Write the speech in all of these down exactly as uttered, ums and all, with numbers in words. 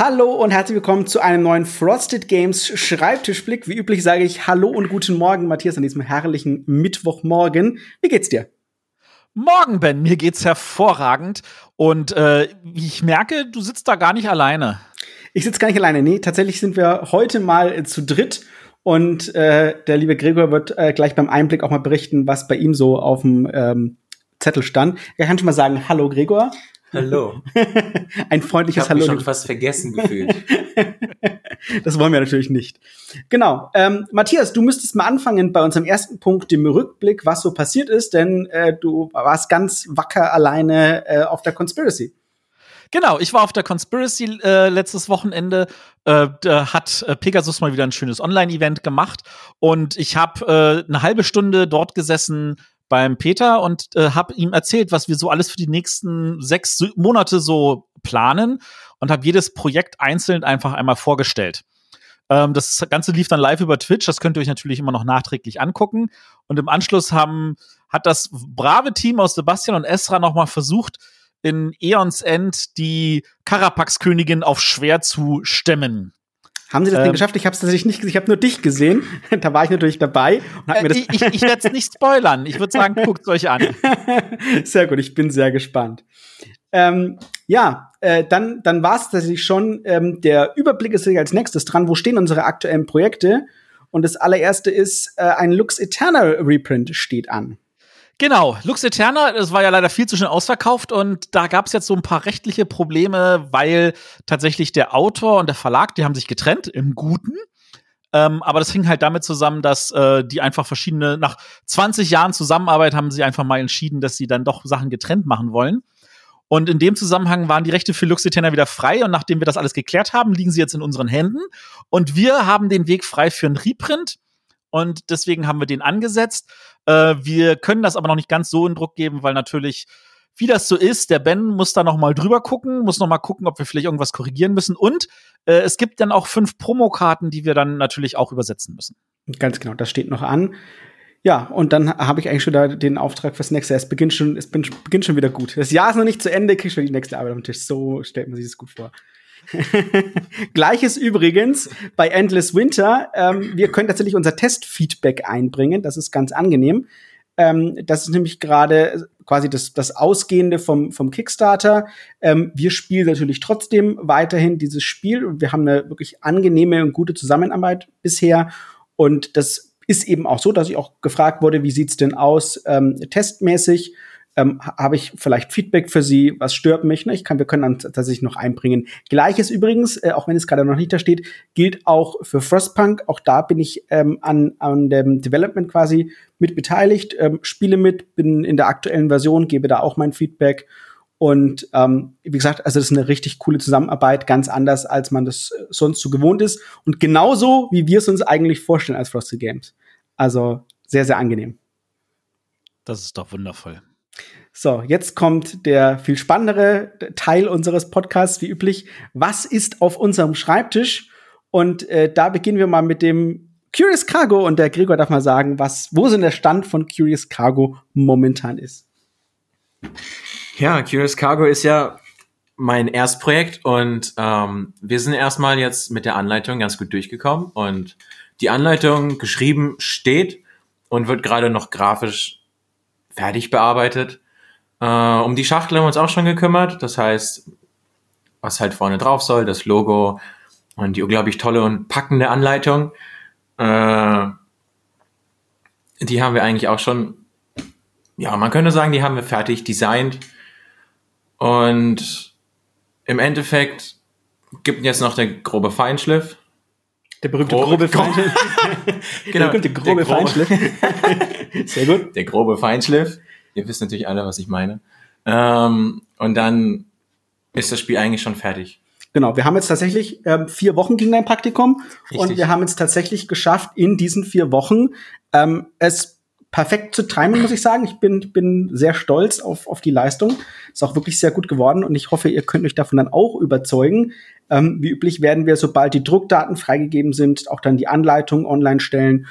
Hallo und herzlich willkommen zu einem neuen Frosted Games Schreibtischblick. Wie üblich sage ich Hallo und guten Morgen, Matthias, an diesem herrlichen Mittwochmorgen. Wie geht's dir? Morgen, Ben, mir geht's hervorragend. Und äh, wie ich merke, du sitzt da gar nicht alleine. Ich sitze gar nicht alleine. Nee, tatsächlich sind wir heute mal äh, zu dritt. Und äh, der liebe Gregor wird äh, gleich beim Einblick auch mal berichten, was bei ihm so auf dem ähm, Zettel stand. Er kann schon mal sagen, hallo Gregor. Hallo. Ein freundliches ich hab Hallo. Ich habe mich schon fast vergessen gefühlt. Das wollen wir natürlich nicht. Genau. Ähm, Matthias, du müsstest mal anfangen bei unserem ersten Punkt, dem Rückblick, was so passiert ist, denn äh, du warst ganz wacker alleine äh, auf der Conspiracy. Genau, ich war auf der Conspiracy äh, letztes Wochenende. Äh, da hat äh, Pegasus mal wieder ein schönes Online-Event gemacht. Und ich habe äh, eine halbe Stunde dort gesessen beim Peter und äh, habe ihm erzählt, was wir so alles für die nächsten sechs Monate so planen und habe jedes Projekt einzeln einfach einmal vorgestellt. Ähm, das Ganze lief dann live über Twitch, das könnt ihr euch natürlich immer noch nachträglich angucken. Und im Anschluss haben, hat das brave Team aus Sebastian und Esra noch mal versucht, in Eons End die Karapax-Königin auf schwer zu stemmen. Haben Sie das ähm, denn geschafft? Ich habe es tatsächlich nicht gesehen. Ich habe nur dich gesehen. Da war ich natürlich dabei. Und hab mir das ich ich werde es nicht spoilern. Ich würde sagen, guckt es euch an. Sehr gut, ich bin sehr gespannt. Ähm, ja, äh, dann, dann war es tatsächlich schon. Ähm, der Überblick ist als nächstes dran. Wo stehen unsere aktuellen Projekte? Und das allererste ist, äh, ein Lux Eterna Reprint steht an. Genau, Lux Eterna, das war ja leider viel zu schnell ausverkauft und da gab es jetzt so ein paar rechtliche Probleme, weil tatsächlich der Autor und der Verlag, die haben sich getrennt, im Guten. Ähm, aber das hing halt damit zusammen, dass äh, die einfach verschiedene, nach zwanzig Jahren Zusammenarbeit haben sie einfach mal entschieden, dass sie dann doch Sachen getrennt machen wollen. Und in dem Zusammenhang waren die Rechte für Lux Eterna wieder frei und nachdem wir das alles geklärt haben, liegen sie jetzt in unseren Händen und wir haben den Weg frei für einen Reprint. Und deswegen haben wir den angesetzt. Äh, wir können das aber noch nicht ganz so in Druck geben, weil natürlich, wie das so ist, der Ben muss da noch mal drüber gucken, muss noch mal gucken, ob wir vielleicht irgendwas korrigieren müssen. Und äh, es gibt dann auch fünf Promokarten, die wir dann natürlich auch übersetzen müssen. Ganz genau, das steht noch an. Ja, und dann habe ich eigentlich schon da den Auftrag fürs nächste Jahr. Es beginnt schon, es beginnt schon wieder gut. Das Jahr ist noch nicht zu Ende, krieg schon die nächste Arbeit auf den Tisch. So stellt man sich das gut vor. Gleiches übrigens bei Endless Winter. Ähm, wir können tatsächlich unser Testfeedback einbringen. Das ist ganz angenehm. Ähm, das ist nämlich gerade quasi das, das Ausgehende vom, vom Kickstarter. Ähm, wir spielen natürlich trotzdem weiterhin dieses Spiel. Und wir haben eine wirklich angenehme und gute Zusammenarbeit bisher. Und das ist eben auch so, dass ich auch gefragt wurde, wie sieht's denn aus ähm, testmäßig? Ähm, habe ich vielleicht Feedback für Sie? Was stört mich? Ne? Ich kann, wir können dann tatsächlich noch einbringen. Gleiches übrigens, äh, auch wenn es gerade noch nicht da steht, gilt auch für Frostpunk. Auch da bin ich ähm, an, an dem Development quasi mit beteiligt, ähm, spiele mit, bin in der aktuellen Version, gebe da auch mein Feedback. Und ähm, wie gesagt, also das ist eine richtig coole Zusammenarbeit, ganz anders, als man das sonst so gewohnt ist. Und genauso, wie wir es uns eigentlich vorstellen als Frosted Games. Also sehr, sehr angenehm. Das ist doch wundervoll. So, jetzt kommt der viel spannendere Teil unseres Podcasts, wie üblich. Was ist auf unserem Schreibtisch? Und äh, da beginnen wir mal mit dem Curious Cargo. Und der Gregor darf mal sagen, was, wo so der Stand von Curious Cargo momentan ist. Ja, Curious Cargo ist ja mein Erstprojekt und ähm, wir sind erstmal jetzt mit der Anleitung ganz gut durchgekommen. Und die Anleitung geschrieben steht und wird gerade noch grafisch fertig bearbeitet. Äh, um die Schachtel haben wir uns auch schon gekümmert. Das heißt, was halt vorne drauf soll, das Logo und die unglaublich tolle und packende Anleitung. Äh, die haben wir eigentlich auch schon, ja, man könnte sagen, die haben wir fertig designt. Und im Endeffekt gibt jetzt noch der grobe Feinschliff. Der berühmte grobe, grobe Feinschliff. Genau, der berühmte grobe, grobe Feinschliff. Sehr gut. Der grobe Feinschliff. Ihr wisst natürlich alle, was ich meine. Ähm, und dann ist das Spiel eigentlich schon fertig. Genau, wir haben jetzt tatsächlich ähm, vier Wochen ging dein Praktikum. Richtig. Und wir haben es tatsächlich geschafft, in diesen vier Wochen ähm, es perfekt zu timen, muss ich sagen. Ich bin, bin sehr stolz auf, auf die Leistung. Ist auch wirklich sehr gut geworden und ich hoffe, ihr könnt euch davon dann auch überzeugen. Ähm, wie üblich werden wir, sobald die Druckdaten freigegeben sind, auch dann die Anleitung online stellen.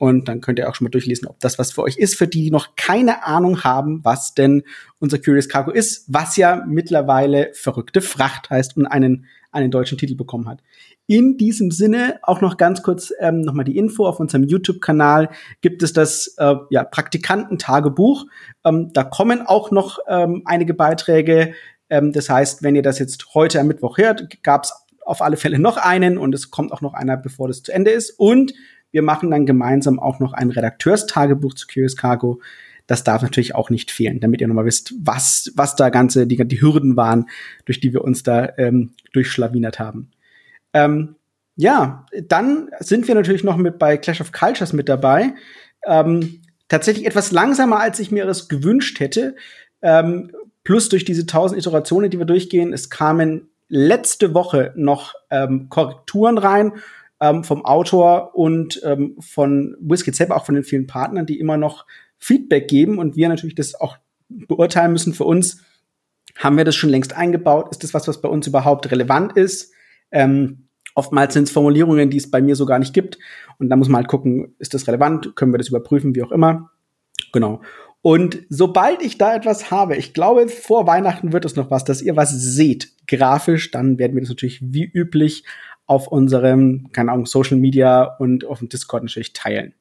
Und dann könnt ihr auch schon mal durchlesen, ob das was für euch ist, für die, die noch keine Ahnung haben, was denn unser Curious Cargo ist, was ja mittlerweile verrückte Fracht heißt und einen, einen deutschen Titel bekommen hat. In diesem Sinne auch noch ganz kurz ähm, noch mal die Info: Auf unserem YouTube-Kanal gibt es das äh, ja, Praktikantentagebuch. Ähm, da kommen auch noch ähm, einige Beiträge. Ähm, das heißt, wenn ihr das jetzt heute am Mittwoch hört, gab es auf alle Fälle noch einen und es kommt auch noch einer, bevor das zu Ende ist. Und wir machen dann gemeinsam auch noch ein Redakteurstagebuch zu Curious Cargo. Das darf natürlich auch nicht fehlen, damit ihr nochmal wisst, was, was da ganze, die, die Hürden waren, durch die wir uns da ähm, durchschlawinert haben. Ähm, ja, dann sind wir natürlich noch mit bei Clash of Cultures mit dabei. Ähm, tatsächlich etwas langsamer, als ich mir das gewünscht hätte. Ähm, plus durch diese tausend Iterationen, die wir durchgehen. Es kamen letzte Woche noch ähm, Korrekturen rein ähm, vom Autor und ähm, von WizKids selber, auch von den vielen Partnern, die immer noch Feedback geben und wir natürlich das auch beurteilen müssen für uns. Haben wir das schon längst eingebaut? Ist das was, was bei uns überhaupt relevant ist? Ähm, oftmals sind es Formulierungen, die es bei mir so gar nicht gibt. Und da muss man halt gucken, ist das relevant? Können wir das überprüfen? Wie auch immer. Genau. Und sobald ich da etwas habe, ich glaube, vor Weihnachten wird es noch was, dass ihr was seht, grafisch, dann werden wir das natürlich wie üblich auf unserem, keine Ahnung, Social Media und auf dem Discord natürlich teilen.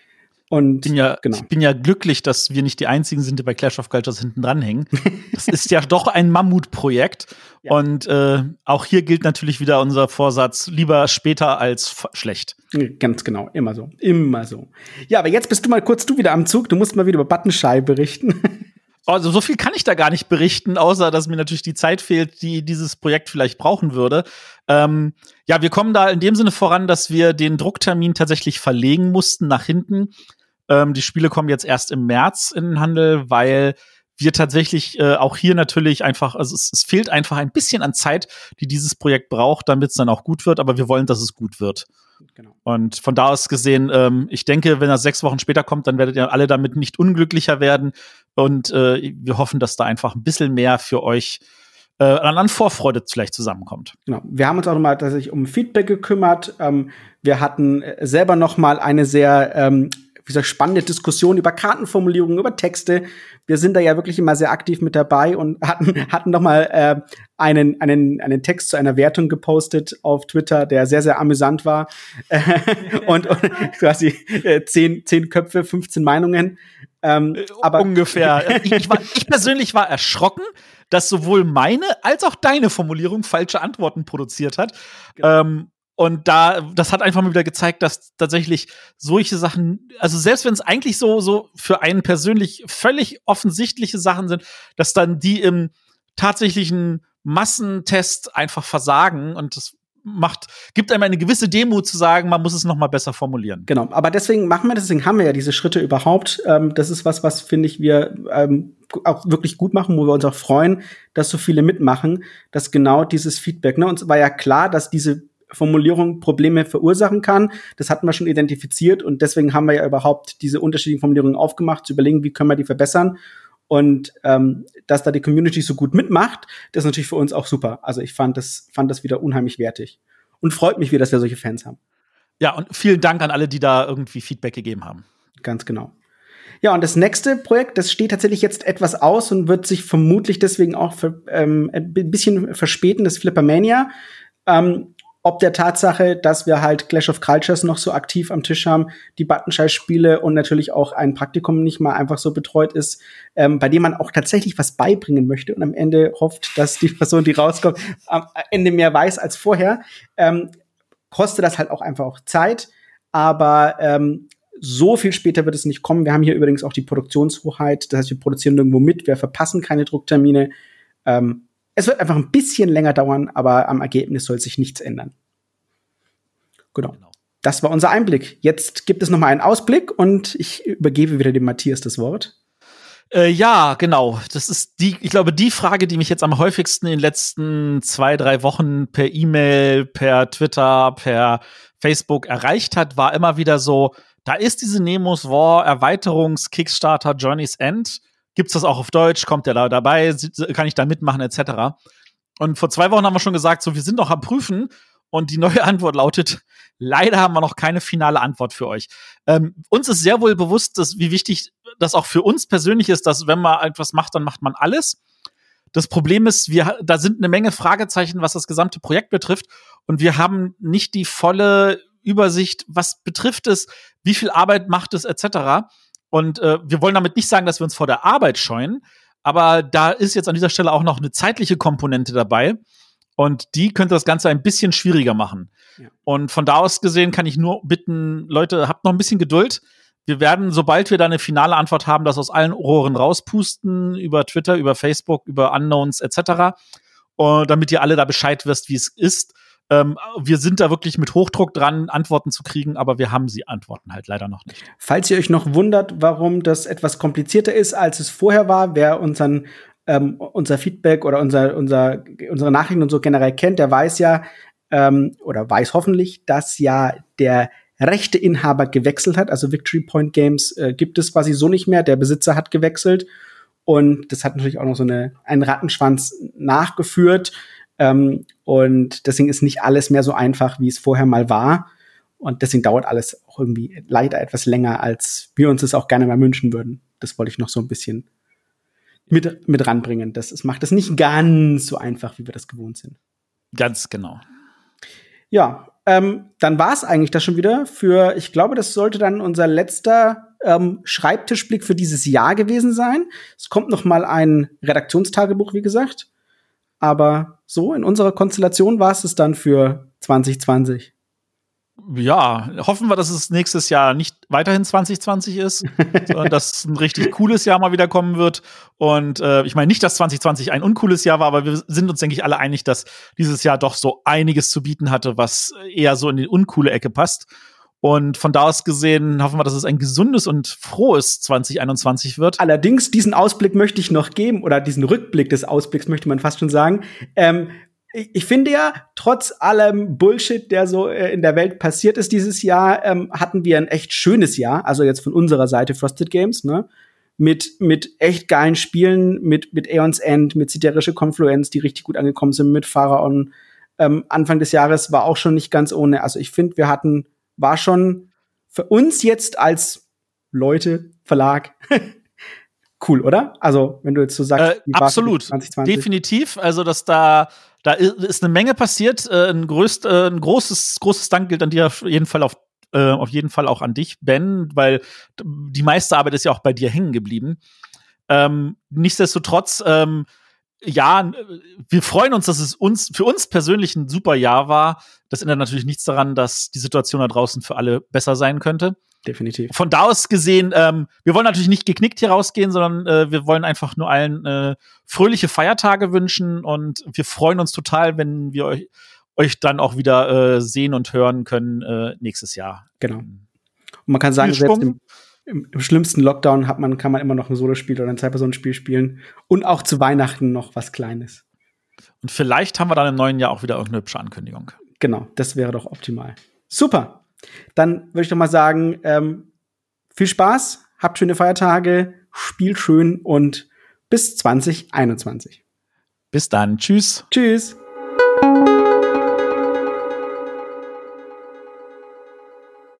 Und bin ja, genau. Ich bin ja glücklich, dass wir nicht die einzigen sind, die bei Clash of Cultures hinten dranhängen. Das ist ja doch ein Mammutprojekt. Ja. Und äh, auch hier gilt natürlich wieder unser Vorsatz, lieber später als f- schlecht. Ganz genau, immer so, immer so. Ja, aber jetzt bist du mal kurz du wieder am Zug. Du musst mal wieder über Buttonschei berichten. Also so viel kann ich da gar nicht berichten, außer dass mir natürlich die Zeit fehlt, die dieses Projekt vielleicht brauchen würde. Ähm, ja, wir kommen da in dem Sinne voran, dass wir den Drucktermin tatsächlich verlegen mussten nach hinten. Ähm, die Spiele kommen jetzt erst im März in den Handel, weil wir tatsächlich äh, auch hier natürlich einfach, also es, es fehlt einfach ein bisschen an Zeit, die dieses Projekt braucht, damit es dann auch gut wird, aber wir wollen, dass es gut wird. Genau. Und von da aus gesehen, ähm, ich denke, wenn das sechs Wochen später kommt, dann werdet ihr alle damit nicht unglücklicher werden. Und äh, wir hoffen, dass da einfach ein bisschen mehr für euch äh, an Vorfreude vielleicht zusammenkommt. Genau. Wir haben uns auch noch mal tatsächlich um Feedback gekümmert. Ähm, wir hatten selber noch mal eine sehr ähm, wie gesagt, spannende Diskussion über Kartenformulierungen, über Texte. Wir sind da ja wirklich immer sehr aktiv mit dabei und hatten hatten noch mal äh, einen einen einen Text zu einer Wertung gepostet auf Twitter, der sehr sehr amüsant war und, und quasi äh, zehn zehn Köpfe, fünfzehn Meinungen. Ähm, aber ungefähr. ich, ich, war, ich persönlich war erschrocken, dass sowohl meine als auch deine Formulierung falsche Antworten produziert hat. Genau. Ähm, Und da, das hat einfach mal wieder gezeigt, dass tatsächlich solche Sachen, also selbst wenn es eigentlich so, so für einen persönlich völlig offensichtliche Sachen sind, dass dann die im tatsächlichen Massentest einfach versagen und das macht, gibt einem eine gewisse Demut zu sagen, man muss es noch mal besser formulieren. Genau, aber deswegen machen wir das, deswegen haben wir ja diese Schritte überhaupt. Ähm, das ist was, was, finde ich, wir ähm, auch wirklich gut machen, wo wir uns auch freuen, dass so viele mitmachen, dass genau dieses Feedback, ne, uns war ja klar, dass diese Formulierung Probleme verursachen kann. Das hatten wir schon identifiziert und deswegen haben wir ja überhaupt diese unterschiedlichen Formulierungen aufgemacht, zu überlegen, wie können wir die verbessern. Und ähm, dass da die Community so gut mitmacht, das ist natürlich für uns auch super. Also ich fand das, fand das wieder unheimlich wertig. Und freut mich wieder, dass wir solche Fans haben. Ja, und vielen Dank an alle, die da irgendwie Feedback gegeben haben. Ganz genau. Ja, und das nächste Projekt, das steht tatsächlich jetzt etwas aus und wird sich vermutlich deswegen auch für, ähm, ein bisschen verspäten, das Flippermania. Ähm, Ob der Tatsache, dass wir halt Clash of Cultures noch so aktiv am Tisch haben, die Buttonschei-Spiele und natürlich auch ein Praktikum nicht mal einfach so betreut ist, ähm, bei dem man auch tatsächlich was beibringen möchte und am Ende hofft, dass die Person, die rauskommt, am Ende mehr weiß als vorher, ähm, kostet das halt auch einfach auch Zeit. Aber ähm, so viel später wird es nicht kommen. Wir haben hier übrigens auch die Produktionshoheit. Das heißt, wir produzieren nirgendwo mit, wir verpassen keine Drucktermine. Ähm, Es wird einfach ein bisschen länger dauern, aber am Ergebnis soll sich nichts ändern. Genau. genau. Das war unser Einblick. Jetzt gibt es noch mal einen Ausblick und ich übergebe wieder dem Matthias das Wort. Äh, ja, genau. Das ist die, ich glaube, die Frage, die mich jetzt am häufigsten in den letzten zwei, drei Wochen per E-Mail, per Twitter, per Facebook erreicht hat, war immer wieder so, da ist diese Nemo's War Erweiterungs-Kickstarter Journey's End. Gibt's das auch auf Deutsch? Kommt der da dabei? Kann ich da mitmachen, et cetera. Und vor zwei Wochen haben wir schon gesagt, so, wir sind noch am Prüfen. Und die neue Antwort lautet: Leider haben wir noch keine finale Antwort für euch. Ähm, uns ist sehr wohl bewusst, dass, wie wichtig das auch für uns persönlich ist, dass wenn man etwas macht, dann macht man alles. Das Problem ist, wir, da sind eine Menge Fragezeichen, was das gesamte Projekt betrifft. Und wir haben nicht die volle Übersicht, was betrifft es, wie viel Arbeit macht es, et cetera. Und äh, wir wollen damit nicht sagen, dass wir uns vor der Arbeit scheuen. Aber da ist jetzt an dieser Stelle auch noch eine zeitliche Komponente dabei. Und die könnte das Ganze ein bisschen schwieriger machen. Ja. Und von da aus gesehen kann ich nur bitten, Leute, habt noch ein bisschen Geduld. Wir werden, sobald wir da eine finale Antwort haben, das aus allen Rohren rauspusten, über Twitter, über Facebook, über Unknowns et cetera, uh, damit ihr alle da Bescheid wisst, wie es ist. Ähm, wir sind da wirklich mit Hochdruck dran, Antworten zu kriegen, aber wir haben sie Antworten halt leider noch nicht. Falls ihr euch noch wundert, warum das etwas komplizierter ist, als es vorher war, wer unseren ähm, unser Feedback oder unser, unser, unsere Nachrichten und so generell kennt, der weiß ja, ähm, oder weiß hoffentlich, dass ja der Rechteinhaber gewechselt hat. Also Victory Point Games äh, gibt es quasi so nicht mehr. Der Besitzer hat gewechselt. Und das hat natürlich auch noch so eine, einen Rattenschwanz nachgeführt. Ähm, und deswegen ist nicht alles mehr so einfach, wie es vorher mal war. Und deswegen dauert alles auch irgendwie leider etwas länger, als wir uns das auch gerne mal wünschen würden. Das wollte ich noch so ein bisschen mit, mit ranbringen. Das, das macht es nicht ganz so einfach, wie wir das gewohnt sind. Ganz genau. Ja, ähm, dann war es eigentlich das schon wieder für, ich glaube, das sollte dann unser letzter ähm, Schreibtischblick für dieses Jahr gewesen sein. Es kommt noch mal ein Redaktionstagebuch, wie gesagt. Aber so in unserer Konstellation war es es dann für zwanzig zwanzig. Ja, hoffen wir, dass es nächstes Jahr nicht weiterhin zwanzig zwanzig ist, sondern dass ein richtig cooles Jahr mal wieder kommen wird. Und äh, ich meine nicht, dass zwanzig zwanzig ein uncooles Jahr war, aber wir sind uns, denke ich, alle einig, dass dieses Jahr doch so einiges zu bieten hatte, was eher so in die uncoole Ecke passt. Und von da aus gesehen hoffen wir, dass es ein gesundes und frohes zwanzig einundzwanzig wird. Allerdings, diesen Ausblick möchte ich noch geben, oder diesen Rückblick des Ausblicks möchte man fast schon sagen. Ähm, Ich finde ja, trotz allem Bullshit, der so äh, in der Welt passiert ist dieses Jahr, ähm, hatten wir ein echt schönes Jahr. Also jetzt von unserer Seite Frosted Games, ne? Mit, mit echt geilen Spielen, mit, mit Aeon's End, mit Siderische Confluence, die richtig gut angekommen sind, mit Pharaon. Ähm, Anfang des Jahres war auch schon nicht ganz ohne. Also ich finde, wir hatten, war schon für uns jetzt als Leute, Verlag, cool, oder? Also, wenn du jetzt so sagst, äh, absolut, zwanzig zwanzig. Definitiv. Also, dass da da ist eine Menge passiert. Äh, ein, größt, äh, ein großes großes Dank gilt an dir auf jeden Fall auf äh, auf jeden Fall auch an dich, Ben, weil die meiste Arbeit ist ja auch bei dir hängen geblieben. Ähm, nichtsdestotrotz, ähm, ja, wir freuen uns, dass es uns für uns persönlich ein super Jahr war. Das ändert natürlich nichts daran, dass die Situation da draußen für alle besser sein könnte. Definitiv. Von da aus gesehen, ähm, wir wollen natürlich nicht geknickt hier rausgehen, sondern äh, wir wollen einfach nur allen äh, fröhliche Feiertage wünschen und wir freuen uns total, wenn wir euch, euch dann auch wieder äh, sehen und hören können äh, nächstes Jahr. Genau. Und man kann sagen, selbst im, im, im schlimmsten Lockdown hat man, kann man immer noch ein Solospiel oder ein Zwei-Personen-Spiel spielen und auch zu Weihnachten noch was Kleines. Und vielleicht haben wir dann im neuen Jahr auch wieder irgendeine hübsche Ankündigung. Genau, das wäre doch optimal. Super. Dann würde ich doch mal sagen, ähm, viel Spaß, habt schöne Feiertage, spielt schön und bis zwanzig einundzwanzig. Bis dann. Tschüss. Tschüss.